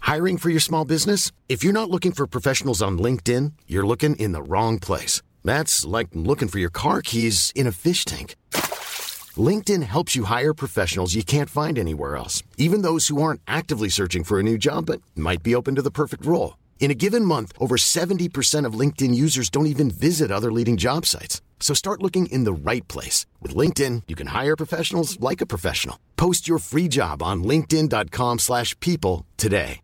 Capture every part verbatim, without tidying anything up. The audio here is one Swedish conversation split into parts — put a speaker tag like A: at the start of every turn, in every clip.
A: Hiring for your small business? If you're not looking for professionals on LinkedIn, you're looking in the wrong place. That's like looking for your car keys in a fish tank. LinkedIn helps you hire professionals you can't find anywhere else, even those who aren't actively searching for a new job but might be open to the perfect role. In a given month, over seventy percent of LinkedIn users don't even visit other leading job sites. So start looking in the right place. With LinkedIn, you can hire professionals like a professional. Post your free job on linkedin dot com slash people today.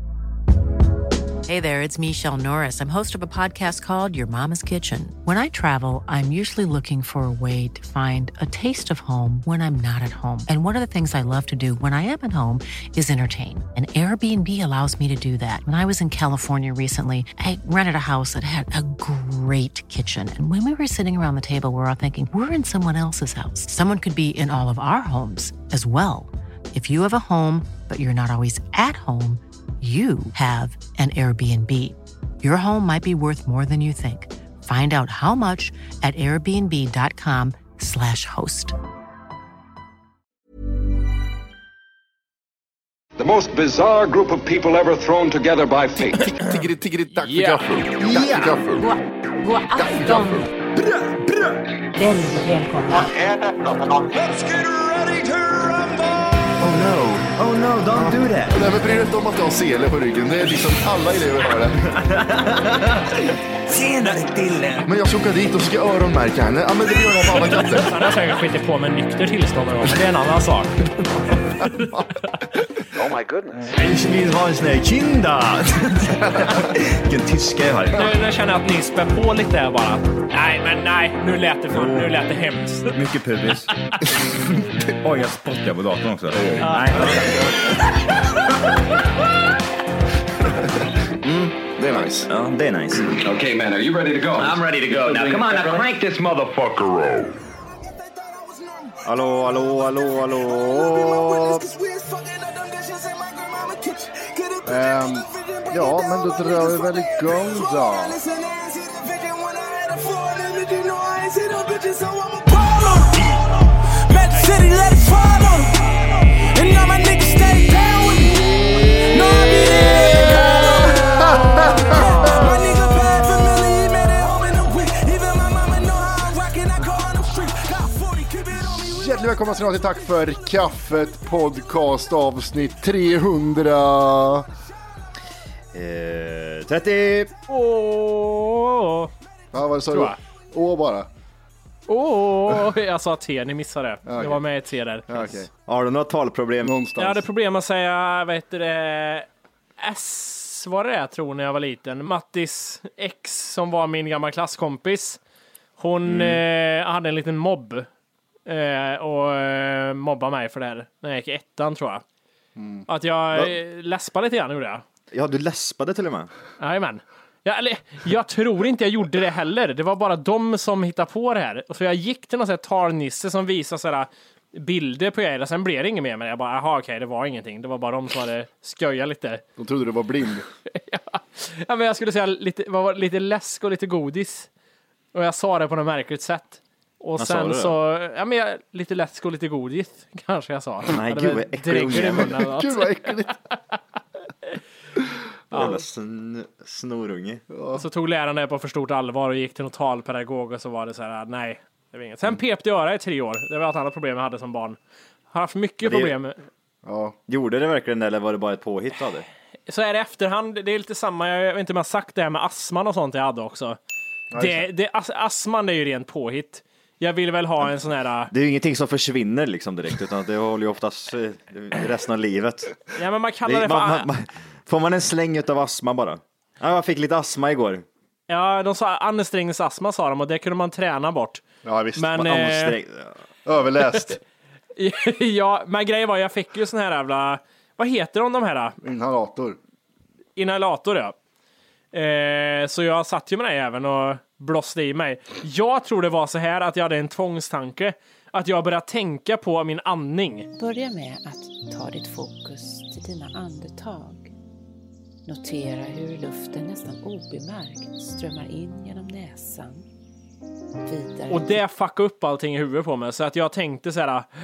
B: Hey there, it's Michelle Norris. I'm host of a podcast called Your Mama's Kitchen. When I travel, I'm usually looking for a way to find a taste of home when I'm not at home. And one of the things I love to do when I am at home is entertain. And Airbnb allows me to do that. When I was in California recently, I rented a house that had a great kitchen. And when we were sitting around the table, we were all thinking, we're in someone else's house. Someone could be in all of our homes as well. If you have a home, but you're not always at home, you have an Airbnb. Your home might be worth more than you think. Find out how much at airbnb dot com slash host.
C: The most bizarre group of people ever thrown together by fate.
D: Tiggeri, tiggeri, tack för gaffel. Tack för gaffel.
E: God afton. Väldigt välkomna.
C: Let's get ready to rumble!
F: Oh no, oh no, don't do that.
D: Nej, men bryr dig inte om att du har sele på ryggen. Det är liksom alla elever har det.
F: Tjenare Dille.
D: Men jag ska åka dit och ska öronmärka henne. Ja, men det gör jag på alla katter.
G: Han har säkert skitit på med nykter tillstånd, men det är en annan sak.
C: Oh my goodness.
F: Ich vill ha en sån här kinda. Vilken tyska jag har.
G: Nu, nu känner jag att ni spär på lite där bara. Nej, men nej. Nu lät det, för, nu lät det hemskt.
F: Mycket pubis. Oj, jag spottar på datorn också. Nej.
D: Mm, det är nice.
F: Ja, det är nice.
C: Okay, man, are you ready to go?
F: I'm ready to go. Now, come on, now crank this motherfucker up. Hallå, hallå, hallå, hallå.
D: Um, ja, men då drar vi väl igång då. Hjärtligt välkomna till Tack för kaffet podcast avsnitt trehundra
F: trettio.
G: Åh,
D: Ja, vad sa du?
G: tror jag.
D: Åh bara.
G: Åh, jag sa T, ni missade det.
D: okej.
G: Jag var med i T där.
D: Ja, okej.
F: Har du några talproblem?
D: Någonstans.
G: Jag hade problem att säga, vad heter det, S var det jag tror när jag var liten. Mattis ex som var min gamla klasskompis. Hon eh, hade en liten mobb. Eh, och eh, mobbade mig för det här. När jag gick i ettan tror jag.
D: Mm.
G: Att jag eh, läspade lite grann gjorde jag.
F: Ja, du läspade till och med.
G: Jajamän. Jag, eller, jag tror inte jag gjorde det heller. Det var bara de som hittade på det här. Och så jag gick till någon sån här talnisse som visade sådär bilder på er. Sen blev det inget mer. Men jag bara, aha okej, det var ingenting. Det var bara de som hade skojat lite.
D: De trodde du var blind.
G: ja. ja, men jag skulle säga lite, var lite läsk och lite godis. Och jag sa det på något märkligt sätt. Och
F: Vad
G: sen så, ja men jag, lite läsk och lite godis kanske jag sa.
F: Nej,
G: jag
F: gud vad äckligt.
D: Gud vad äckligt.
F: Jävla sn- snorunge.
G: Och så tog läraren det på för stort allvar och gick till någon talpedagog och så var det så här, nej, det var inget. Sen pepte jag öra i tre år. Det var ett annat problem jag hade som barn. Har haft mycket
F: Det-
G: problem.
D: Ja.
F: Gjorde det verkligen det, eller var det bara ett påhitt av det?
G: Så är det efterhand, det är lite samma, jag vet inte om jag har sagt det här med astman och sånt jag hade också. Det, det, as, astman det är ju rent påhitt. Jag vill väl ha en sån här...
F: Det är ju ingenting som försvinner liksom direkt, utan det håller ju oftast eh, resten av livet.
G: Ja, men man kallar
F: Det,
G: det för...
F: man, man, man, får man en släng av astma bara? Ja, jag fick lite astma igår.
G: Ja, de sa ansträngningsastma sa de och det kunde man träna bort.
D: Ja, visst.
G: Men,
F: Man
G: eh,
F: ansträng...
D: Överläst.
G: ja, men grejen var jag fick ju sån här jävla... Vad heter de de här?
D: Inhalator.
G: Inhalator, ja. Eh, så jag satt ju med det även och blåste i mig. Jag tror det var så här att jag hade en tvångstanke. Att jag började tänka på min andning.
E: Börja med att ta ditt fokus till dina andetag. Notera hur luften nästan obemärkt strömmar in genom näsan. Vidare.
G: Och det fuckade upp allting i huvudet på mig. Så att jag tänkte så här...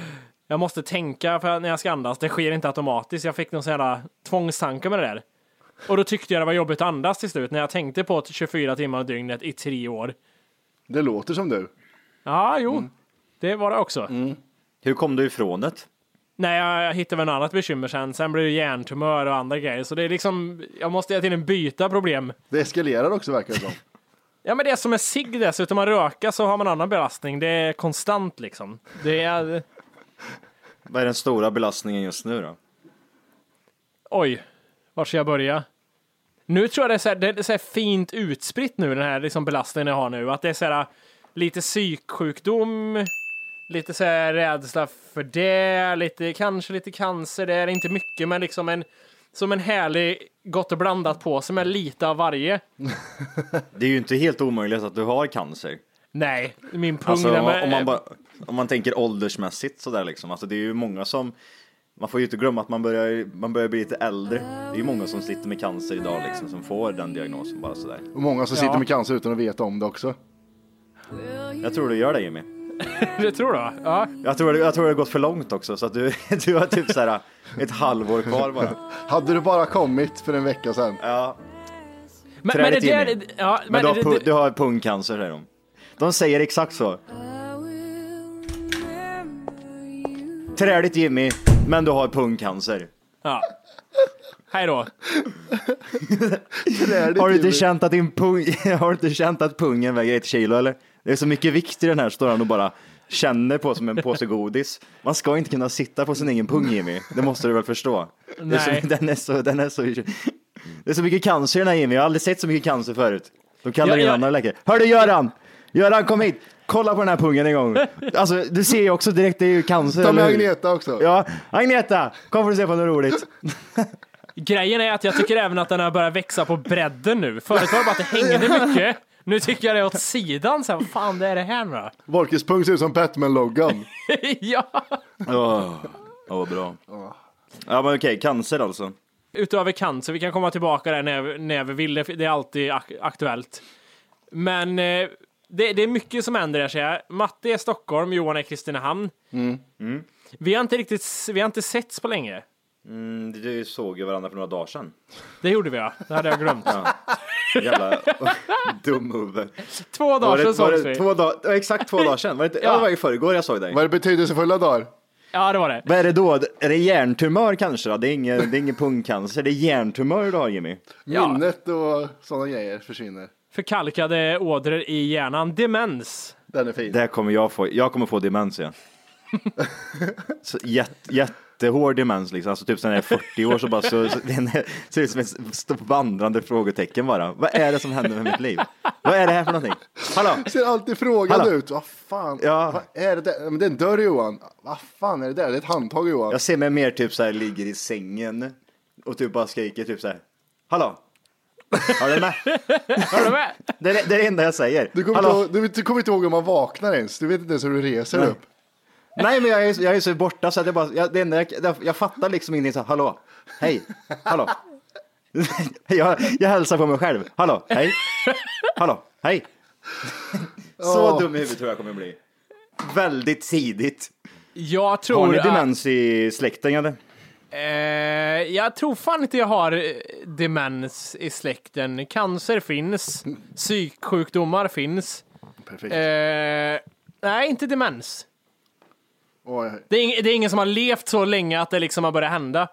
G: Jag måste tänka för när jag ska andas. Det sker inte automatiskt. Jag fick någon sån jävla tvångstanke med det där. Och då tyckte jag det var jobbigt att andas till slut. När jag tänkte på tjugofyra timmar och dygnet i tre år.
D: Det låter som du.
G: Ja, jo.
D: Mm.
G: Det var det också.
F: Mm. Hur kom du ifrån det?
G: Nej, jag, jag hittade väl något annat bekymmer sen. Sen blev det hjärntumör och andra grejer. Så det är liksom, jag måste hela tiden byta problem.
D: Det eskalerar också, verkar det som.
G: Ja, men det är som en cigg dessutom. Man röka så har man annan belastning. Det är konstant liksom. Det är...
F: Vad är den stora belastningen just nu då?
G: Oj, var ska jag börja? Nu tror jag det är så här, det är så här fint utspritt nu, den här liksom belastningen jag har nu. Att det är så här, lite psyksjukdom, lite så här rädsla för det, lite, kanske lite cancer, det är inte mycket, men liksom en, som en härlig gott och blandat på som är lite av varje.
F: Det är ju inte helt omöjligt att du har cancer.
G: Nej, min pung...
F: Alltså,
G: med,
F: om, man bara, om man tänker åldersmässigt sådär liksom. Alltså det är ju många som... Man får ju inte glömma att man börjar, man börjar bli lite äldre. Det är ju många som sitter med cancer idag liksom, som får den diagnosen bara sådär.
D: Och många som
G: Ja.
D: sitter med cancer utan att veta om det också.
F: Jag tror du gör det, Jimmy.
G: det tror du? Ja.
F: Jag tror, jag tror det har gått för långt också. Så att du, du har typ såhär ett halvår kvar bara.
D: Hade du bara kommit för en vecka sedan.
F: Ja.
G: Men,
F: Trädet,
G: men det där...
F: Jimmy.
G: Ja,
F: Men du har,
G: det-
F: pu-
G: det-
F: du har pungcancer, säger de. De säger exakt så. Trädigt, Jimmy, men du har pungcancer.
G: Ja. Hej då.
F: Har du inte känt att din pung, har du inte känt att pungen väger ett kilo eller? Det är så mycket vikt i den här, står han och bara känner på som en påse godis. Man ska inte kunna sitta på sin egen pung, Jimmy. Det måste du väl förstå. Det är så,
G: Nej.
F: den är så, den är så, det är så mycket cancer i den här, Jimmy. Jag har aldrig sett så mycket cancer förut. De kallar
G: Ja,
F: in
G: ja.
F: annan läkare. Hör du, Göran! Göran, kom hit! Kolla på den här pungen en gång. Alltså, du ser ju också direkt, det är ju cancer.
D: Ta med
F: eller hur?
D: Agneta också.
F: Ja, Agneta! Kom för att se på något roligt.
G: Grejen är att jag tycker även att den har börjat växa på bredden nu. Förut var det bara att det hängde mycket. Nu tycker jag det är åt sidan. Så här, vad fan det är det här nu då?
D: Volkes pung ser ut som Batman-loggan.
G: ja.
F: Åh, oh, bra. Ja, men okej, cancer alltså.
G: Utöver cancer, vi kan komma tillbaka där när, när vi vill. Det är alltid ak- aktuellt. Men eh, det, det är mycket som händer där, säger jag. Matte är Stockholm, Johan är Kristinehamn.
F: Mm. Mm.
G: Vi har inte riktigt, vi har inte setts på länge.
F: Mm, du såg ju varandra för några dagar sedan.
G: Det gjorde vi, ja. Det hade jag glömt.
F: Ja. Jävla dum huvud.
G: Två dagar sedan
F: var det,
G: sågs vi.
F: två dag, ja, exakt två dagar sedan. Var det, inte, ja.
G: Ja.
F: det var i förrgår jag såg dig.
D: Vad är det betydelsefulla dagar?
G: Ja, det var det.
F: Vad är det då? Är det hjärntumör kanske då? Det är ingen, det är ingen pungcancer. Det är hjärntumör du har, Jimmy.
G: Ja.
D: Minnet och sådana grejer försvinner.
G: Förkalkade ådror i hjärnan. Demens.
D: Den är fin.
F: Det kommer jag få. Jag kommer få demens, ja. Så jätte, jättehård demens liksom. Alltså typ sen jag är fyrtio år så bara så, så den är, ser ut som ett stort vandrande frågetecken bara. Vad är det som händer med mitt liv? Vad är det här för någonting? Hallå?
D: Ser alltid frågande
F: Hallå?
D: ut. Vad fan?
F: Ja.
D: Vad är det där? Men det är en dörr, Johan. Vad fan är det där? Det är ett handtag, Johan.
F: Jag ser mig mer typ så här ligger i sängen och typ bara skriker typ så här. Hallå? Har du med?
G: Har du med?
F: Det är det, det är det enda jag säger.
D: Du kommer,
F: Hallå?
D: inte ihåg, du, du kommer inte ihåg om man vaknar ens. Du vet inte ens hur du reser
F: Nej.
D: upp.
F: Nej, men jag är, jag är så borta så att jag bara, jag, det enda jag, jag, jag fattar liksom ingenting så här, hallå, hej, hallå. jag, jag hälsar på mig själv, hallå, hej, hallå, hej. Så
D: Åh.
F: dum i huvudet tror jag kommer bli. Väldigt tidigt.
G: Jag tror
F: Har ni
G: att-
F: demens i släkten eller?
G: Eh, jag tror fan inte jag har eh, demens i släkten. Cancer finns. Psyksjukdomar finns.
D: Perfekt.
G: Eh, nej, inte demens.
D: Oj.
G: Det är, ing- det är ingen som har levt så länge att det liksom har börjat hända.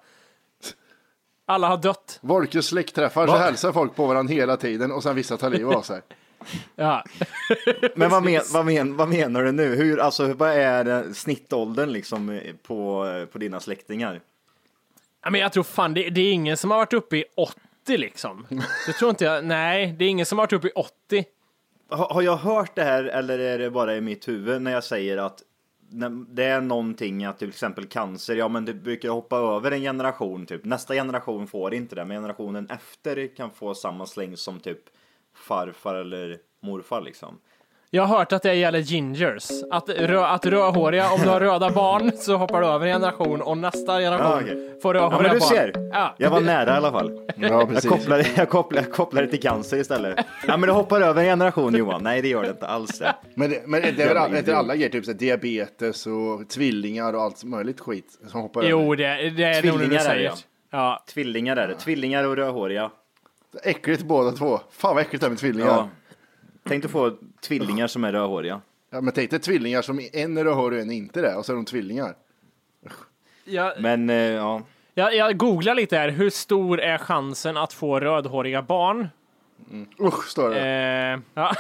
G: Alla har dött.
D: Volkes släktträffar så
F: Va?
D: hälsar folk på varandra hela tiden och sen vissa tar livet av sig.
G: Ja.
F: Men vad, men, vad, men, vad menar du nu? Hur, alltså, vad är eh, snittåldern liksom på, på dina släktingar?
G: Ja, men jag tror fan, det, det är ingen som har varit uppe i åttio liksom. Det tror inte jag. Nej, det är ingen som har varit uppe i åttio.
F: Har, har jag hört det här eller är det bara i mitt huvud när jag säger att när det är någonting att till exempel cancer, ja men det brukar hoppa över en generation typ. Nästa generation får inte det, men generationen efter kan få samma släng som typ farfar eller morfar liksom.
G: Jag har hört att det gäller gingers. Att, rö, att rödhåriga, om du har röda barn så hoppar du över en generation och nästa generation
F: Ja, okej.
G: får rödhåriga
F: Ja, men du
G: barn.
F: ser.
G: Ja.
F: Jag var nära i alla fall.
D: Ja,
F: Jag
D: precis.
F: kopplar, jag, kopplar, jag kopplar det till cancer istället. Ja, men det hoppar över en generation, Johan. Nej, det gör det inte alls det.
D: Men, det, men det är väl all, inte alla grejer, typ så här, diabetes och tvillingar och allt möjligt skit som hoppar
G: Jo,
D: över.
G: det, det är nog det du
F: Tvillingar är det,
G: säger.
F: ja.
G: Ja.
F: Tvillingar är det. Tvillingar och rödhåriga.
D: Äckligt båda två. Fan vad äckligt det är med tvillingar.
F: Ja.
D: Ja.
F: Tänk dig få tvillingar som är rödhåriga.
D: Men tänk dig tvillingar som en är rödhårig och en inte det. Och så är de tvillingar.
G: Jag,
F: Men eh, ja.
G: jag, jag googlar lite här. Hur stor är chansen att få rödhåriga barn?
D: Usch, står det.
G: Eh, ja.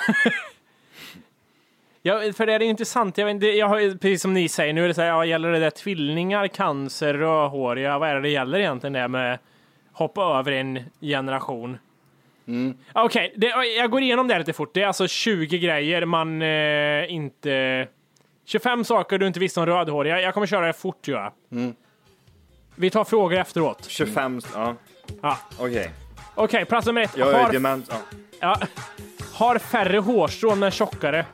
G: Ja, för det är intressant. Jag, vet inte, jag har, ju- precis som ni säger, nu är det så här, ja, gäller det där tvillingar, cancer, rödhåriga? Vad är det det gäller egentligen det med hoppa över en generation? Mm. Okej, okay, jag går igenom det lite fort. Det är alltså tjugo grejer man eh, inte... tjugofem saker du inte visste om rödhåriga. Jag kommer köra det fort, tror jag. Mm. Vi tar frågor efteråt.
F: tjugofem, ja.
G: Ja.
F: Okej. Okay.
G: Okej, okay, plats nummer ett.
F: Jag är
G: Har,
F: dement, ja.
G: ja, har färre hårstrån men tjockare.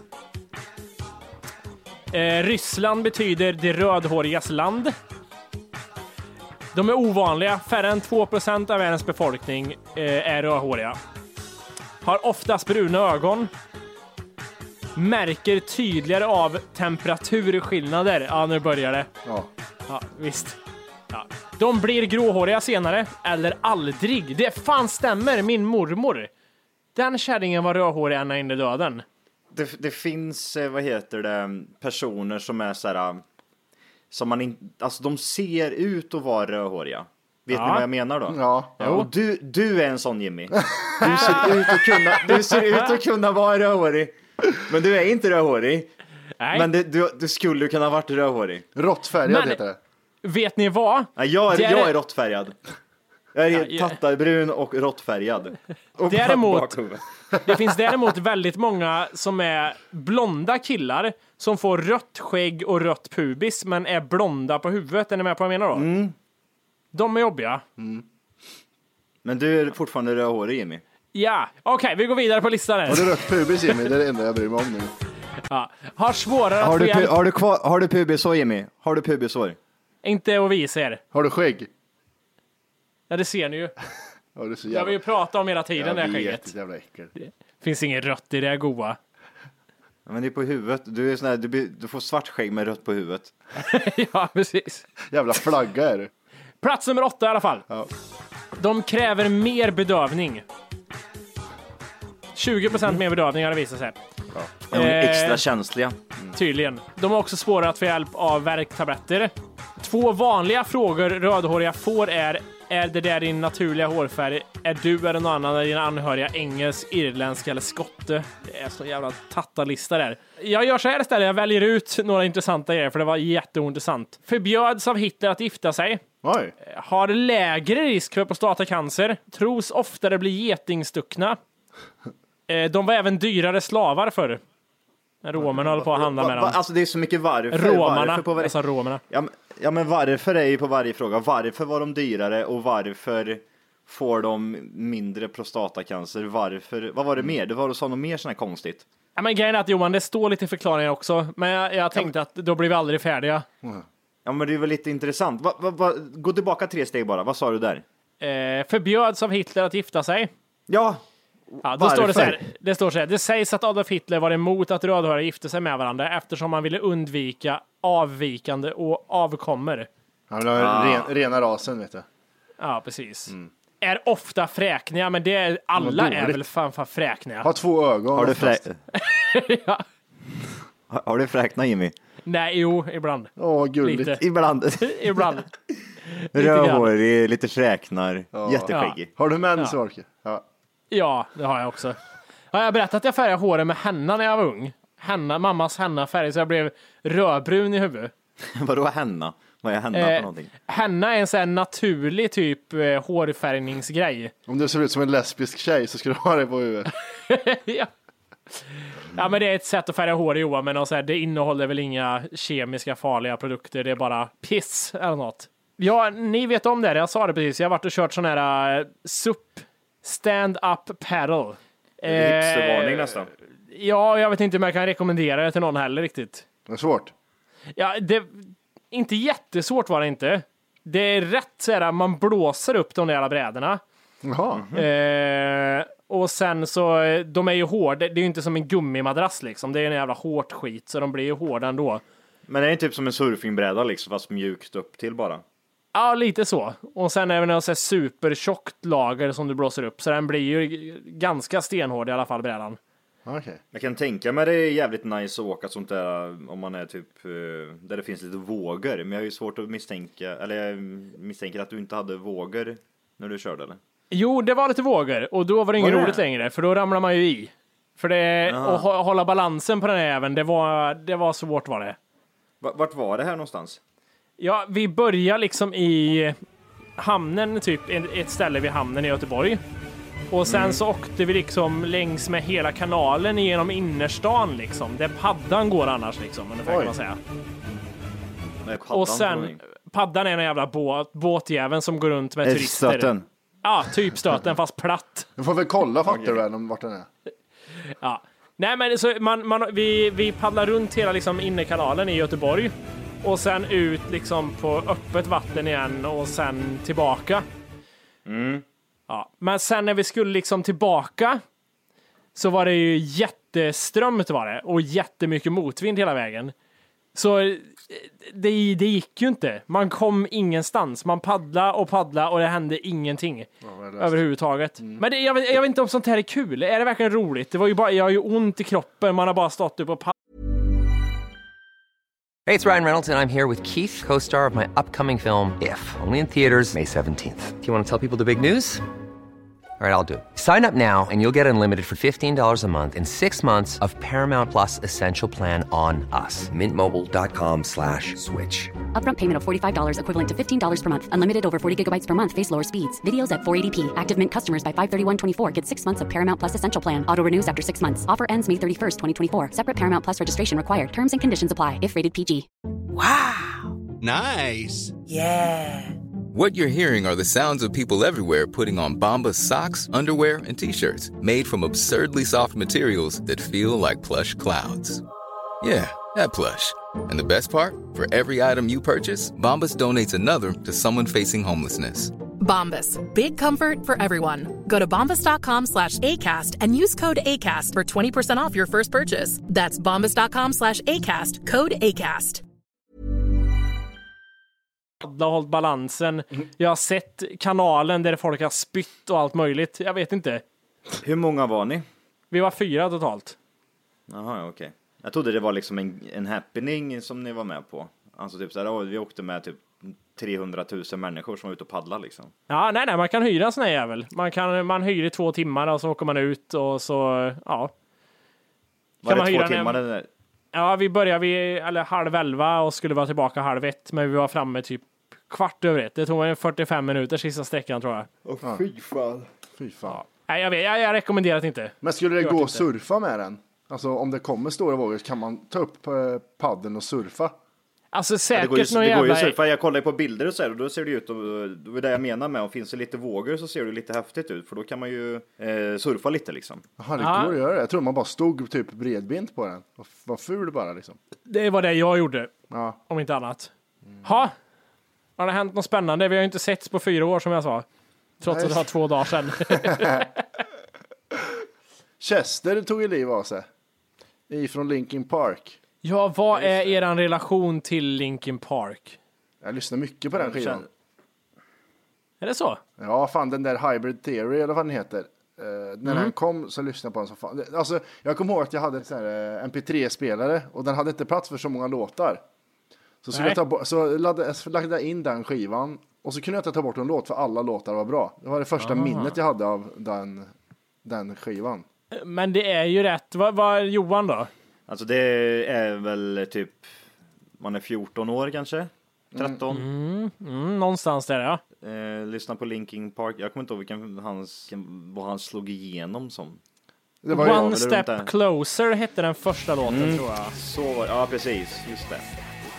G: Eh, Ryssland betyder det rödhårigas land. De är ovanliga. Färre än två procent av världens befolkning eh, är rödhåriga. Har oftast bruna ögon. Märker tydligare av temperaturskillnader. Ja, nu börjar det.
D: Ja.
G: Ja, visst. Ja. De blir gråhåriga senare, eller aldrig. Det fan stämmer, min mormor. Den kärringen var rödhårig ända in i döden.
F: Det, det finns, eh, vad heter det, personer som är så här, som man inte, alltså de ser ut att vara rödhåriga. Vet
G: Ja.
F: ni vad jag menar då?
D: Ja.
F: Ja. Och du, du är en sån, Jimmy. Du ser ut att kunna, du ser ut att kunna vara rödhårig. Men du är inte rödhårig.
G: Nej.
F: Men det, du, du skulle kunna varit rödhårig.
D: Råttfärgad
G: Men-
D: heter det.
G: Vet ni vad?
F: Nej, jag, är,
G: Det är-
F: jag är råttfärgad. Jag är
G: Ja, ja.
F: tattarbrun och råttfärgad. Och
G: Däremot-
F: bakhuvudet.
G: Det finns däremot väldigt många som är blonda killar som får rött skägg och rött pubis men är blonda på huvudet. Är ni med på vad jag menar då?
F: Mm.
G: De är jobbiga.
F: Men du är fortfarande rödhårig, Jimmy.
G: Ja, okej, vi går vidare på listan här.
D: Har du rött pubis Jimmy? Det är det enda jag bryr mig om nu.
G: Ja. Har svårare att
F: Har
G: få
F: du, pu-
G: hjälp.
F: har du, kvar, har du pubisår, Jimmy? Har du pubisår?
G: Inte att visa er.
D: Har du skägg?
G: Ja, det ser ni ju.
D: Ja, det är så
G: Jag
D: jävla...
G: vill ju prata om hela tiden det här
D: jag vet,
G: skägget.
D: det är jävla äckel.
G: Finns inget rött i det här goa.
F: Ja, men det är på huvudet. Du, är sån här, du, blir- du får svart skägg med rött på huvudet.
G: Ja, precis.
D: Jävla flagga är det.
G: Plats nummer åtta i alla fall.
D: Ja.
G: De kräver mer bedövning. tjugo procent mer bedövning har det visat sig.
F: De är
G: Eh.
F: extra känsliga.
G: Tydligen. De har också svårare att få hjälp av värktabletter. Två vanliga frågor rödhåriga får är: är det där din naturliga hårfärg? Är du eller någon annan av dina anhöriga engelsk, irländsk eller skotte? Det är så jävla tattarlista där. Jag gör så här istället. Jag väljer ut några intressanta grejer för det var jätteintressant. Förbjöds av Hitler att gifta sig.
D: Oj.
G: Har lägre risk för prostatacancer. Tros oftare bli getingstuckna. Eh, De var även dyrare slavar förr. När romerna håller på att handla
F: Va,
G: med
F: va,
G: dem.
F: alltså det är så mycket varför.
G: Romarna.
F: Varför på varje...
G: Alltså romerna.
F: ja, men, ja men varför är ju på varje fråga. Varför var de dyrare och varför får de mindre prostatacancer? Varför? Vad var det mer? Det var så något mer sån här konstigt.
G: Ja, men grejen är att Johan, det står lite förklaringar också. Men jag, jag tänkte att då blir vi aldrig färdiga.
F: Ja men det är väl lite intressant. Va, va, va, gå tillbaka tre steg bara. Vad sa du där?
G: Eh, förbjöds av Hitler att gifta sig.
F: Ja,
G: Ja, då
F: varför?
G: står det så här. Det står så här. Det sägs att Adolf Hitler var emot att rödhåriga gifte sig med varandra eftersom man ville undvika avvikande och avkommer.
D: Han har
F: Ah.
D: ren, rena rasen vet du.
G: Ja, precis. Är ofta fräkniga, men det är, alla
D: Vad
G: är
D: dåligt.
G: väl fan, fan fräkniga.
D: Har två ögon.
F: har du,
D: oftast.
F: frä...
G: Ja.
F: har, har du fräknat, Jimmy?
G: Nej, jo, ibland.
D: Åh, gulligt.
G: Lite.
F: Ibland.
G: Ibland. Lite grann.
F: Rödhårig, lite fräknar,
D: Ja.
F: jätteskäggig.
D: Har du mens,
G: Ja.
D: Orke? Ja.
G: Ja, det har jag också. Har jag berättat att jag färgade håret med henna när jag var ung? Henna, mammas henna-färg, så jag blev rödbrun i huvudet.
F: Vadå henna? Vad är henna för
G: Eh,
F: någonting?
G: henna är en sån här naturlig typ eh, hårfärgningsgrej.
D: Om du ser ut som en lesbisk tjej så ska du ha det på huvudet.
G: Ja. Ja, men det är ett sätt att färga hår i Johan, men alltså, det innehåller väl inga kemiska farliga produkter, det är bara piss eller något. Ja, ni vet om det, jag sa det precis, jag har varit och kört sån här uh, S U P, stand-up paddle.
F: Det är hipstervarning nästan.
G: Ja, jag vet inte om jag kan rekommendera det till någon heller riktigt.
D: Det är svårt.
G: Ja, det... Inte jättesvårt var det inte. Det är rätt så här, man blåser upp de där jävla brädorna.
D: Jaha.
G: Eh, och sen så, de är ju hårda. Det är ju inte som en gummimadrass liksom. Det är en jävla hårt skit, så de blir ju hårda ändå.
F: Men det är typ som en surfingbräda liksom, fast mjukt upp till bara.
G: Ja, lite så. Och sen även en supertjockt lager som du blåser upp. Så den blir ju ganska stenhård i alla fall, brädan.
D: Okay.
F: Jag kan tänka mig det är jävligt nice att åka sånt där om man är typ där det finns lite vågor. Men jag har ju svårt att misstänka, eller jag misstänker att du inte hade vågor när du körde, eller? Jo,
G: det var lite vågor och då var det inget
F: var det?
G: roligt längre, för då ramlar man ju i. För det, att hålla balansen på den här även, det var, det var svårt var det.
F: Vart var det här någonstans?
G: Ja, vi börjar liksom i hamnen, typ ett ställe vid hamnen i Göteborg. Och sen mm. så åkte vi liksom längs med hela kanalen genom innerstan liksom. Där paddan går annars liksom, ungefär kan man säga.
F: Nej, paddan
G: och sen, paddan är en jävla båt, båtjäveln som går runt med turister.
F: Stöten.
G: Ja, typ stöten fast platt.
D: Du får väl kolla fattar du om vart den är.
G: Ja. Nej men så man, man, vi, vi paddlar runt hela liksom innerkanalen i Göteborg. Och sen ut liksom på öppet vatten igen och sen tillbaka.
F: Mm.
G: Ja, men sen när vi skulle liksom tillbaka så var det ju jätteströmt var det och jättemycket motvind hela vägen. Så det, det gick ju inte. Man kom ingenstans. Man paddla och paddla och det hände ingenting ja, överhuvudtaget. Mm. Men det, jag, vet, jag vet inte om sånt här är kul. Är det verkligen roligt? Det var ju bara, jag har ju ont i kroppen. Man har bara stått upp och paddlat.
H: Hey, it's Ryan Reynolds and I'm here with Keith, co-star of my upcoming film If, only in theaters May seventeenth. Do you want to tell people the big news? All right, I'll do it. Sign up now and you'll get unlimited for fifteen dollars a month and six months of Paramount Plus Essential Plan on us. Mint Mobile dot com slash switch.
I: Upfront payment of forty-five dollars equivalent to fifteen dollars per month. Unlimited over forty gigabytes per month. Face lower speeds. Videos at four eighty p. Active Mint customers by five thirty-one twenty-four get six months of Paramount Plus Essential Plan. Auto renews after six months. Offer ends May thirty-first, twenty twenty-four. Separate Paramount Plus registration required. Terms and conditions apply if rated P G.
J: Wow. Nice.
I: Yeah.
J: What you're hearing are the sounds of people everywhere putting on Bombas socks, underwear, and T-shirts made from absurdly soft materials that feel like plush clouds. Yeah, that plush. And the best part? For every item you purchase, Bombas donates another to someone facing homelessness.
K: Bombas. Big comfort for everyone. Go to bombas dot com slash ACAST and use code ACAST for twenty percent off your first purchase. That's bombas dot com slash ACAST. Code ACAST.
G: Har hållit balansen. Jag har sett kanalen där folk har spytt och allt möjligt. Jag vet inte.
F: Hur många var ni?
G: Vi var fyra totalt.
F: Jaha, okej. Okay. Jag trodde det var liksom en, en happening som ni var med på. Alltså typ så här, vi åkte med typ trehundratusen människor som var ute och paddla liksom.
G: Ja, nej, nej, man kan hyra en sån här jävel. Man, kan, man hyr i två timmar och så åker man ut och så, ja.
F: Var kan det man två hyra timmar en... där?
G: Ja, vi började vid eller halv elva och skulle vara tillbaka halv ett, men vi var framme typ kvart över ett. Det tog en fyrtiofem minuter sista sträckan tror jag.
D: Åh oh, fy fan. Fy fan.
G: Ja. Nej, jag vet, jag, jag rekommenderar det inte.
D: Men skulle det gå att surfa med den? Alltså om det kommer stora vågor kan man ta upp paddeln och surfa?
G: Alltså säkert
F: ja, det går ju,
G: någon
F: det går ju
G: jävla...
F: surfa. Jag kollar ju på bilder och så här, och då ser det ut, och det är det jag menar med, och finns det lite vågor så ser det lite häftigt ut, för då kan man ju eh, surfa lite liksom.
D: Jaha, det ja. går att göra det. Jag tror man bara stod typ bredbent på den. Var ful bara liksom.
G: Det var det jag gjorde.
D: Ja.
G: Om inte annat. Mm. Ha! Har det hänt något spännande? Vi har ju inte setts på fyra år som jag sa. Trots Nej. att det var två dagar sedan.
D: Chester tog ju liv av sig. Ifrån Linkin Park.
G: Ja, vad är er relation till Linkin Park?
D: Jag lyssnar mycket på den skivan.
G: Är det så?
D: Ja, fan den där Hybrid Theory eller vad den heter. Uh, när mm. den kom så lyssnade jag på den så fan. Alltså, jag kommer ihåg att jag hade en sån här uh, M P tre-spelare och den hade inte plats för så många låtar. Så, så, jag ta bo- så laddade jag in den skivan och så kunde jag inte ta bort en låt för alla låtar var bra. Det var det första Aha. minnet jag hade av den, den skivan.
G: Men det är ju rätt. Vad var Johan då?
F: Alltså det är väl typ, man är fjorton år kanske, tretton.
G: Mm, mm, någonstans där ja.
F: Eh, lyssna på Linkin Park, jag kommer inte ihåg vilken hans, vad han slog igenom som.
G: Det var One jag, Step Closer hette den första låten mm, tror jag.
F: Så, ja precis, just det.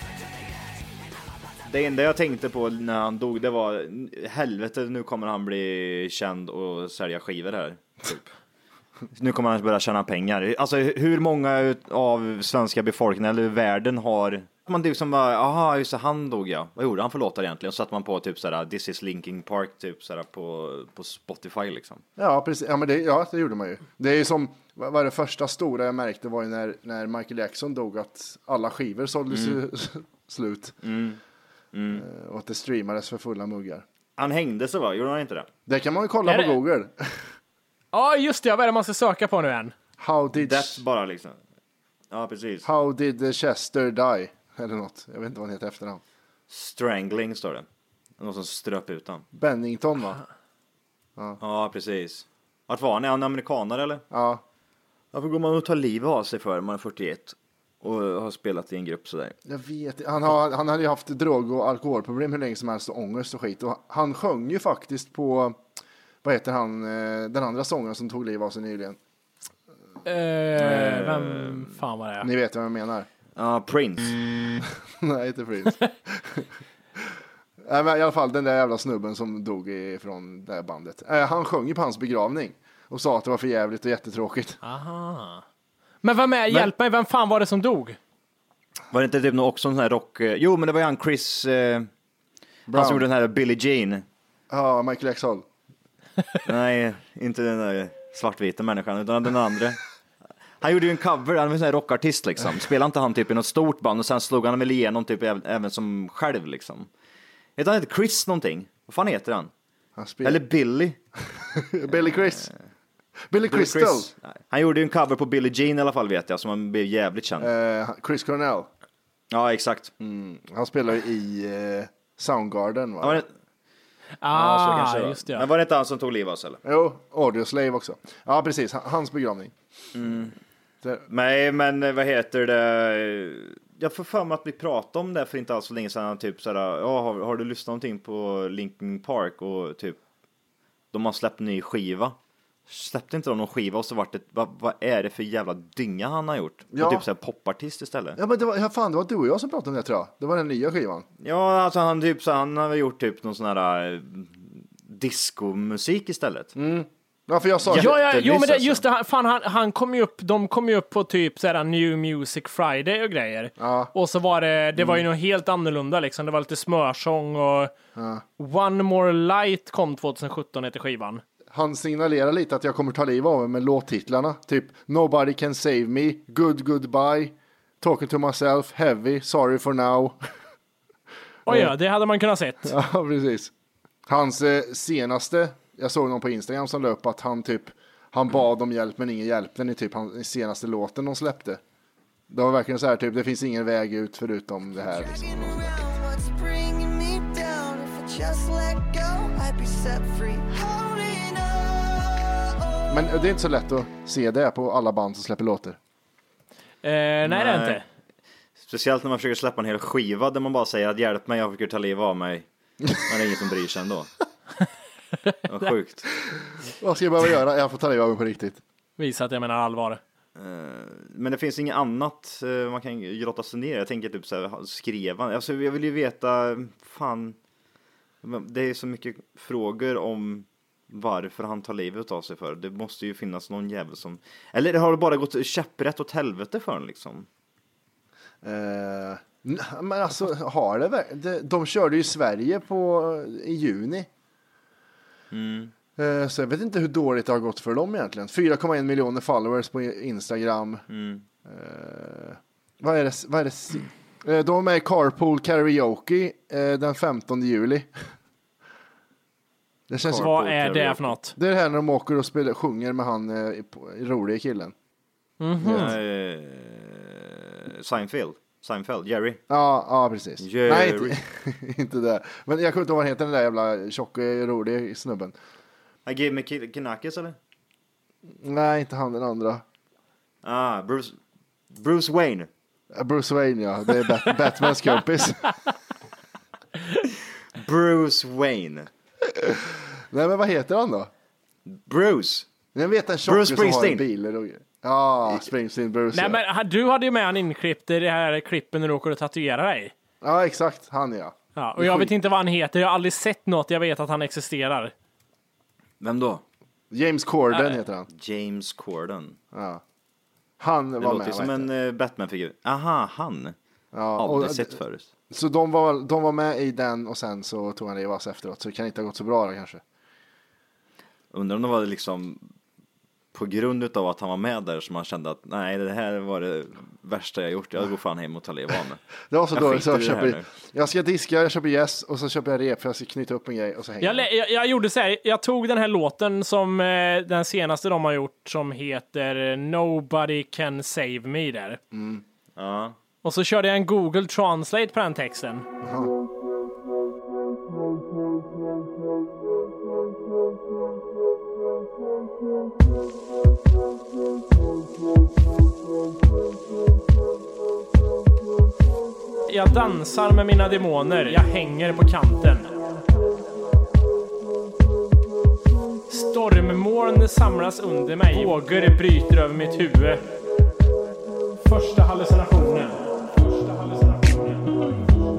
F: Det enda jag tänkte på när han dog, det var helvete, nu kommer han bli känd och sälja skivor här. Typ. Nu kommer han börja tjäna pengar. Alltså hur många av svenska befolkningen eller världen har man typ som bara, aha, just det, han dog ja. Vad gjorde han för låtar egentligen? Så satt man på typ sådär, This is Linkin Park typ sådär på, på Spotify liksom.
D: Ja, precis. Ja, men det, ja, det gjorde man ju. Det är ju som, vad var det första stora jag märkte var ju när, när Michael Jackson dog att alla skivor såldes mm. slut.
F: Mm. Mm.
D: Och att det streamades för fulla muggar.
F: Han hängde sig va? Gjorde han inte det?
D: Det kan man ju kolla
G: är
D: på
G: det?
D: Google.
G: Ja, just det. Vad är det man ska söka på nu än?
D: How did...
F: That's bara liksom. Ja, precis.
D: How did Chester die? Eller något. Jag vet inte vad han heter efternamn.
F: Strangling står det. Någon som ströp ut han.
D: Bennington va?
F: Ja, ja precis. Vart var han? Är han amerikanare eller?
D: Ja.
F: Varför går man och tar livet av sig för man är fyrtioett och har spelat i en grupp sådär?
D: Jag vet han, har, han hade ju haft drog- och alkoholproblem hur länge som helst och ångest och skit. Och han sjöng ju faktiskt på, vad heter han, den andra sången som tog livet av sig nyligen.
G: Uh, vem fan var det?
D: Ni vet vad jag menar.
F: Ja, uh, Prince.
D: Nej, inte Prince. Nej, men i alla fall den där jävla snubben som dog ifrån det här bandet. Uh, han sjöng ju på hans begravning och sa att det var för jävligt och jättetråkigt.
G: Aha. Men vem är, hjälp mig, vem fan var det som dog?
F: Var det inte typ någon också sån här rock? Jo, men det var ju han Chris eh, han som gjorde den här Billie Jean.
D: Ja, Michael Jackson.
F: Nej, inte den där svartvita människan utan den andra. Han gjorde ju en cover, han var en sån här rockartist liksom. Spelade inte han typ i något stort band och sen slog han väl igenom typ även, även som själv liksom. Heter han inte Chris någonting? Vad fan heter han?
D: han spel-
F: Eller Billy?
D: Billy Chris. Billy Crystal. Chris.
F: Han gjorde ju en cover på Billie Jean i alla fall vet jag, som han blev jävligt känd.
D: Uh, Chris Cornell.
F: Ja, exakt.
D: Mm. Han spelar ju i uh, Soundgarden va?
F: Ja, det...
G: Ah,
F: ja,
G: just det.
F: Men var det inte han som tog liv av sig eller?
D: Jo, Audioslave också. Ja, precis. Hans begravning.
F: Mm. Det... Nej, men vad heter det? Jag får för mig att vi pratade om det för inte alls så länge sedan. Typ såhär, ja, har, har du lyssnat någonting på Linkin Park och typ de har släppt en ny skiva. Släppte inte de någon skiva och så vart det, vad, vad är det för jävla dynga han har gjort?
D: Ja.
F: Och typ såhär popartist istället.
D: Ja, men det var, ja, fan, det var du och jag som pratade om det tror jag. Det var den nya skivan.
F: Ja, alltså han typ så han har gjort typ någon sån här äh, discomusik istället.
D: Mm. Ja, för jag sa
G: ja, ja, jo, men det, just det, fan, han, han kom ju upp, de kom ju upp på typ såhär New Music Friday och grejer.
D: Ja.
G: Och så var det, det var ju något helt annorlunda liksom. Det var lite smörsång och
D: ja.
G: One More Light kom tjugosjutton heter skivan.
D: Han signalerar lite att jag kommer ta liv av mig med låttitlarna. Typ Nobody Can Save Me, Good Goodbye, Talking to Myself, Heavy, Sorry for Now.
G: Oj ja, det hade man kunnat sett.
D: Ja, precis. Hans eh, senaste, jag såg någon på Instagram som löp att han typ, han bad om hjälp men ingen hjälpte i typ hans senaste låten de släppte. Det var verkligen så här typ, det finns ingen väg ut förutom det här liksom. Men det är inte så lätt att se det på alla band som släpper låtar.
G: Eh, nej, nej, det är inte.
F: Speciellt när man försöker släppa en hel skiva där man bara säger att hjälp mig, jag försöker ta liv av mig. Men det är ingen som bryr sig ändå. Vad sjukt.
D: Vad ska jag behöva göra? Jag får ta liv av mig på riktigt.
G: Visa att jag menar allvar.
F: Men det finns inget annat man kan grotta sig ner. Jag tänker typ så här, skrev han. Alltså, jag vill ju veta, fan. Det är så mycket frågor om varför han tar livet av sig för. Det måste ju finnas någon jävel som... Eller har det bara gått käpprätt åt helvete för honom liksom?
D: Uh, men alltså, har det verkligen? De körde ju i Sverige på, i juni.
F: Mm.
D: Uh, så jag vet inte hur dåligt det har gått för dem egentligen. fyra komma en miljoner followers på Instagram.
F: Mm.
D: Uh, vad är det? Vad är det? Uh, de är med i Carpool Karaoke uh, den femtonde juli. Det känns
G: vad är det för något?
D: Det är det här när de åker och spelar, sjunger med han uh, roliga killen.
G: Mm-hmm.
F: Uh, Seinfeld. Seinfeld, Jerry.
D: Ja, ja precis.
F: Jerry.
D: Nej, inte, inte det. Men jag kommer inte ihåg vad han heter, den där jävla tjocka, roliga snubben.
F: I give me Kinakis, eller?
D: Nej, inte han, den andra.
F: Ah, Bruce, Bruce Wayne.
D: Bruce Wayne, ja. Det är Bat- Batmans kompis.
F: Bruce Wayne.
D: Nej, men vad heter han då?
F: Bruce.
D: Jag vet en tjocka som har en bil. Och... Ja, Springsteen, Bruce.
G: Nej,
D: ja.
G: men du hade ju med han inklippt i det här klippen när du åker och tatuerar dig.
D: Ja, exakt. Han, ja.
G: Ja, och jag vet inte vad han heter. Jag har aldrig sett något. Jag vet att han existerar.
F: Vem då?
D: James Corden äh, heter han.
F: James Corden.
D: Ja. Han
F: det
D: var
F: låter
D: med.
F: Som en uh, Batman-figur. Aha, han.
D: Ja,
F: aldrig sett förut.
D: Så de var, de var med i den och sen så tog han Rivas efteråt. Så det kan inte ha gått så bra då kanske.
F: Undrar om det var liksom på grund av att han var med där som man kände att nej, det här var det värsta jag gjort. Jag går fan hem och tar liv av mig.
D: Det var så dåligt så jag köper, jag ska diska, jag köper yes och så köper jag rep för jag ska knyta upp en grej och så hänger
G: jag. Jag, jag gjorde så här, jag tog den här låten som eh, den senaste de har gjort som heter Nobody Can Save Me där.
D: Mm.
F: Ja.
G: Och så körde jag en Google Translate på den texten.
D: Aha.
G: Jag dansar med mina demoner. Jag hänger på kanten. Stormmoln samlas under mig. Vågor bryter över mitt huvud. Första hallucinationen. Första hallucinationen.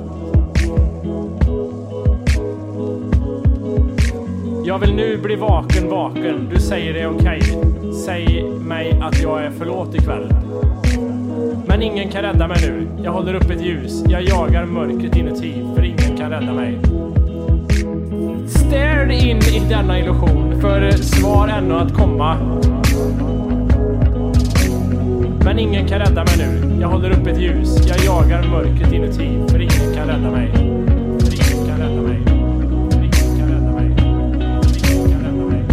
G: Jag vill nu bli vaken, vaken. Du säger det är okej. Säg mig att jag är förlåt ikväll. Men ingen kan rädda mig nu. Jag håller upp ett ljus. Jag jagar mörkret inuti. För ingen kan rädda mig. Stare in i denna illusion. För svar ännu att komma. Men ingen kan rädda mig nu. Jag håller upp ett ljus. Jag jagar mörkret inuti. För ingen kan rädda mig. För ingen kan rädda mig. För ingen kan rädda mig. För ingen kan rädda mig.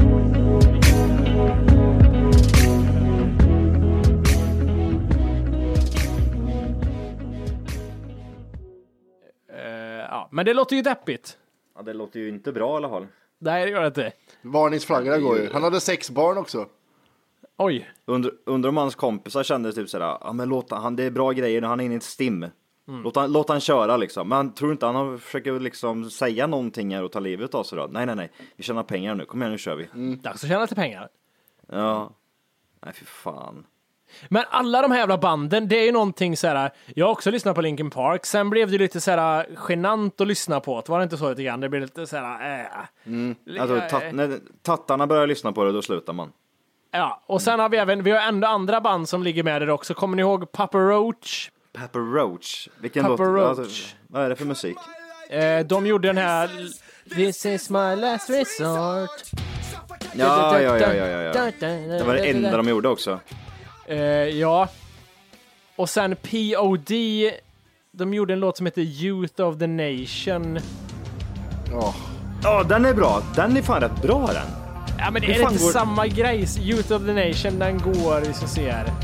G: Uh, ja, men det låter ju deppigt.
F: Ja, det låter ju inte bra i alla fall.
G: Nej, det gör det inte.
D: Varningsflaggorna går ju. Han hade sex barn också.
G: Oj.
F: Under, under om hans kompisar kände typ sådär, ja men låt han, det är bra grejer när han är inne i ett stim. Mm. Låt, han, låt han köra liksom. Men tror inte han har försöker liksom säga någonting här och ta livet av sig då? Nej, nej, nej. Vi tjänar pengar nu. Kom igen, nu kör vi.
G: Mm. Dags att tjäna lite pengar.
F: Ja. Nej, för fan.
G: Men alla de här jävla banden, det är ju någonting så här. Jag har också lyssnat på Linkin Park. Sen blev det lite så här genant att lyssna på. Det var inte så lite grann. Det blev lite så här äh.
F: Mm. Alltså, tat, när tattarna börjar lyssna på det, då slutar man.
G: Ja, och sen har vi även, vi har ändå andra band som ligger med där också. Kommer ni ihåg Papa Roach?
F: Papa Roach? Vilken
G: Papa
F: låt?
G: Roach.
F: Alltså, vad är det för musik?
G: Eh, de gjorde den här This is my last resort.
F: Ja, ja, ja, ja, ja. Det var det enda de gjorde också.
G: Eh, ja. Och sen P O D. De gjorde en låt som heter Youth of the Nation.
F: Ja, oh. oh, den är bra. Den är fan rätt bra den.
G: Ja, men det är inte går... samma grej. Youth of the Nation, den går, vi ska se här.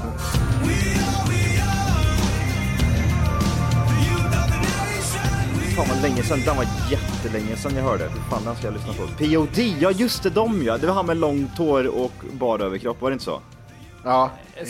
F: Fan vad länge sedan, den var jättelänge sedan jag hörde. Fan, den ska jag lyssna på. P O D, ja just det, de ja. Det var han med långt hår och bar överkropp, var det inte så?
D: Ja.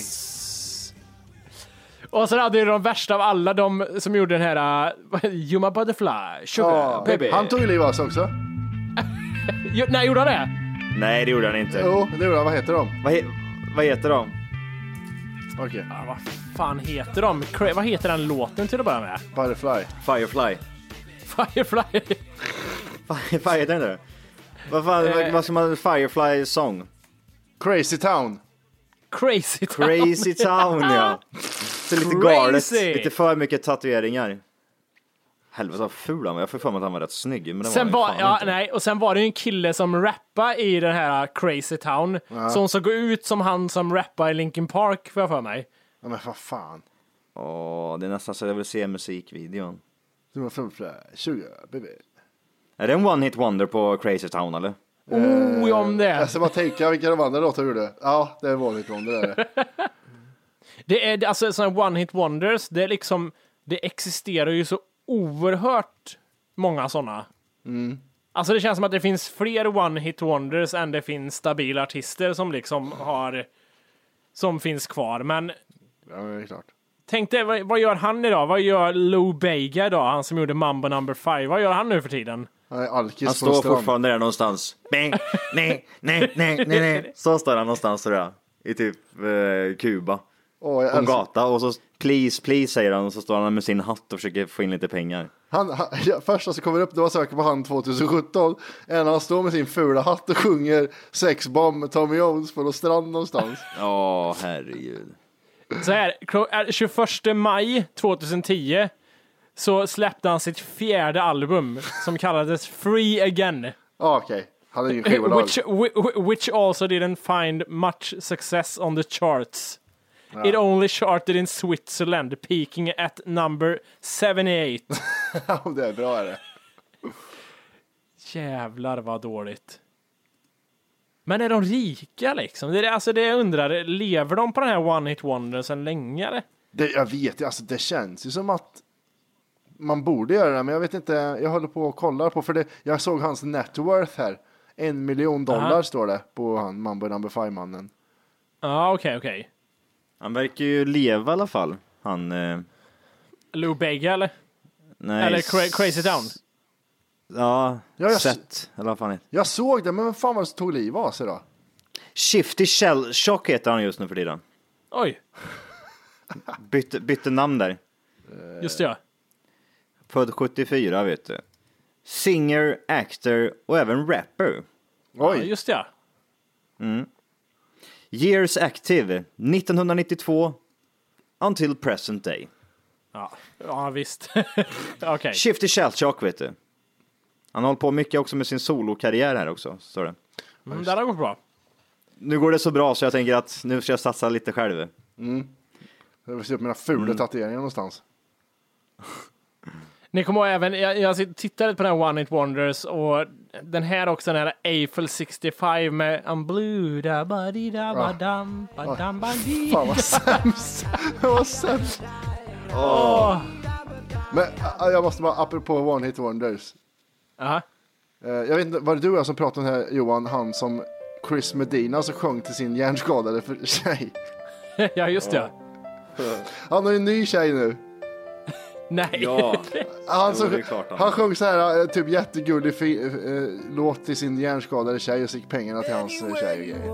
G: Och så hade ju de värsta av alla, de som gjorde den här uh, You My Butterfly, Sugar,
D: oh,
G: baby.
D: Han tog ju liv av sig också.
G: jo, nej, gjorde han det?
F: Nej, det gjorde han inte.
D: Jo, det gjorde han. Vad heter de?
F: Vad, he vad heter de?
D: Okej. Okay.
G: Ja, vad fan heter de? Cra vad heter den låten till att börja med?
D: Butterfly.
F: Firefly.
G: Firefly.
F: Vad heter den där? Vad fan, eh. vad ska man... Firefly song?
D: Crazy Town.
G: Crazy Town.
F: Crazy Town, ja. Det är lite galet. Lite för mycket tatueringar. Helvete vad ful han var. Jag får för mig att han var rätt snygg. Men det
G: sen
F: var,
G: var ja, nej, och sen var det ju en kille som rappade i den här Crazy Town. Ja. Som såg ut som han som rappade i Linkin Park, för jag för mig.
D: Ja, men vad fan.
F: Åh, det är nästan så jag vill se musikvideon.
D: Du var framför tjugo, baby.
F: Är det en one hit wonder på Crazy Town, eller?
G: Oh, uh, om det.
D: Jag ska bara tänka vilka de andra låtar gjorde. Ja, det är en one hit wonder, är det.
G: Det är alltså sådana one hit wonders. Det är liksom, det existerar ju så oerhört många sådana.
D: Mm.
G: Alltså det känns som att det finns fler one hit wonders än det finns stabila artister som liksom har, som finns kvar. Men
D: ja, det är klart.
G: Tänk dig, vad, vad gör han idag? Vad gör Lou Bega idag? Han som gjorde Mambo number five. Vad gör han nu för tiden?
D: Han, alkis
F: han står fortfarande där någonstans. nej, nej, nej, nej, nej. Så står han någonstans tror jag. I typ eh, Kuba.
D: Åh, jag
F: på en
D: älskar-
F: gata och så please, please säger han och så står han med sin hatt och försöker få in lite pengar.
D: Han, han, ja, första som kommer upp, det var söker på han tjugohundrasjutton. En han står med sin fula hatt och sjunger sexbomb med Tommy Jones på någon strand någonstans.
F: Ja, oh, herregud.
G: Så här, tjugoförsta maj tjugohundratio så släppte han sitt fjärde album som kallades Free Again.
D: Ah, okej. Okay. Han är ingen skivbolag.
G: Which, which also didn't find much success on the charts. Ja. It only charted in Switzerland, peaking at number seventy-eight.
D: Det är bra, är det.
G: Jävlar vad dåligt. Men är de rika liksom? Det är, alltså det jag undrar, lever de på den här One Hit Wonder sedan länge eller?
D: Det, jag vet, alltså det känns ju som att man borde göra det, men jag vet inte, jag håller på och kollar på, för det, jag såg hans net worth här. En miljon dollar Aha. står det på han, Mambo number five-mannen.
G: Ja, ah, okej, okay, okej. Okay.
F: Han verkar ju leva i alla fall. Han... Eh...
G: Lou Bega eller?
F: Nej.
G: Eller Cra- Crazy Town?
F: Ja,
D: ja jag,
F: sett. Eller vad fan är det?
D: Jag såg det, men vad fan var det som tog liv av sig då?
F: Shifty Shell Shock heter han just nu för tiden.
G: Oj.
F: Bytte, bytte namn där.
G: Just det, ja.
F: Född sjuttiofyra, vet du. Singer, actor och även rapper.
G: Oj. Ja, just det, ja.
F: Mm. Years active, nittonhundranittiotvå until present day.
G: Ja, ja visst. Okay.
F: Shifty Shell Shock, vet du. Han har hållit på mycket också med sin solokarriär här också, står det.
G: Mm, det har gått bra.
F: Nu går det så bra så jag tänker att nu ska jag satsa lite själv.
D: Mm. Jag vill se upp mina fula mm. tatueringar någonstans.
G: Ni kommer ihåg även, jag, jag tittade på den här One Hit Wonders och den här också, den här Eiffel sextiofem med I'm blue da ba di da ba dam ba dam ba di.
D: Fan vad sämst. Det var sämst.
G: Åh.
D: Men jag måste bara, apropå One Hit Wonders.
G: Aha.
D: Jag vet inte, var det du och jag som pratade om det här, Johan, han som Chris Medina som sjöng till sin hjärnskadade för tjej.
G: Ja, just det.
D: Han har ju en ny tjej nu.
G: Nej.
F: Ja.
D: Han, så, han. han sjöng så här typ jättegullig fi, äh, låt till sin hjärnskadade tjej och så gick pengarna till hans äh, tjej och grejer.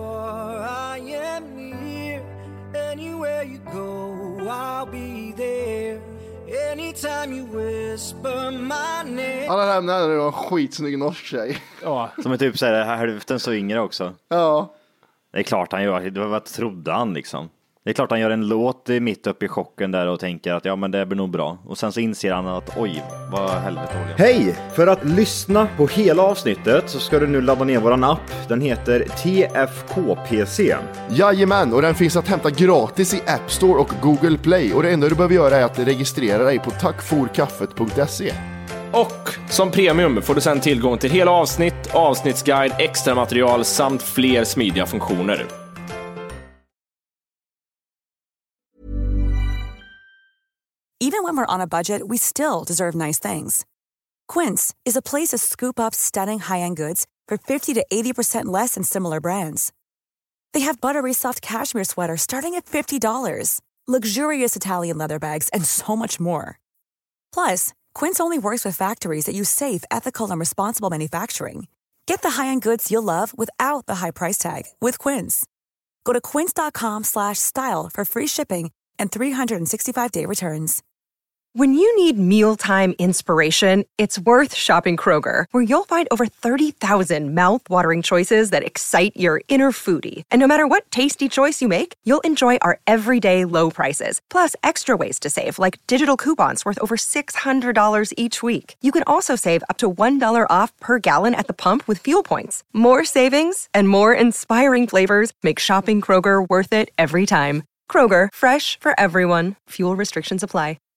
D: Alla lämnar det var en skitsnygg norsk tjej.
G: Ja.
F: Som är typ så här hälften så yngre också.
D: Ja.
F: Det är klart han gör. Det var vad trodde han liksom. Det är klart han gör en låt mitt uppe i chocken där och tänker att ja, men det blir nog bra. Och sen så inser han att oj, vad helvete håller jag. Hej! För att lyssna på hela avsnittet så ska du nu ladda ner våran app. Den heter T F K P C.
D: Jajamän, och den finns att hämta gratis i App Store och Google Play. Och det enda du behöver göra är att registrera dig på tackforkaffet punkt se.
L: Och som premium får du sedan tillgång till hela avsnitt, avsnittsguide, extra material samt fler smidiga funktioner.
M: Even when we're on a budget, we still deserve nice things. Quince is a place to scoop up stunning high-end goods for fifty to eighty percent less than similar brands. They have buttery soft cashmere sweaters starting at fifty dollars, luxurious Italian leather bags, and so much more. Plus, Quince only works with factories that use safe, ethical, and responsible manufacturing. Get the high-end goods you'll love without the high price tag with Quince. Go to quince.com slash style for free shipping and three sixty-five day returns.
N: When you need mealtime inspiration, it's worth shopping Kroger, where you'll find over thirty thousand mouth-watering choices that excite your inner foodie. And no matter what tasty choice you make, you'll enjoy our everyday low prices, plus extra ways to save, like digital coupons worth over six hundred dollars each week. You can also save up to one dollar off per gallon at the pump with fuel points. More savings and more inspiring flavors make shopping Kroger worth it every time. Kroger, fresh for everyone. Fuel restrictions apply.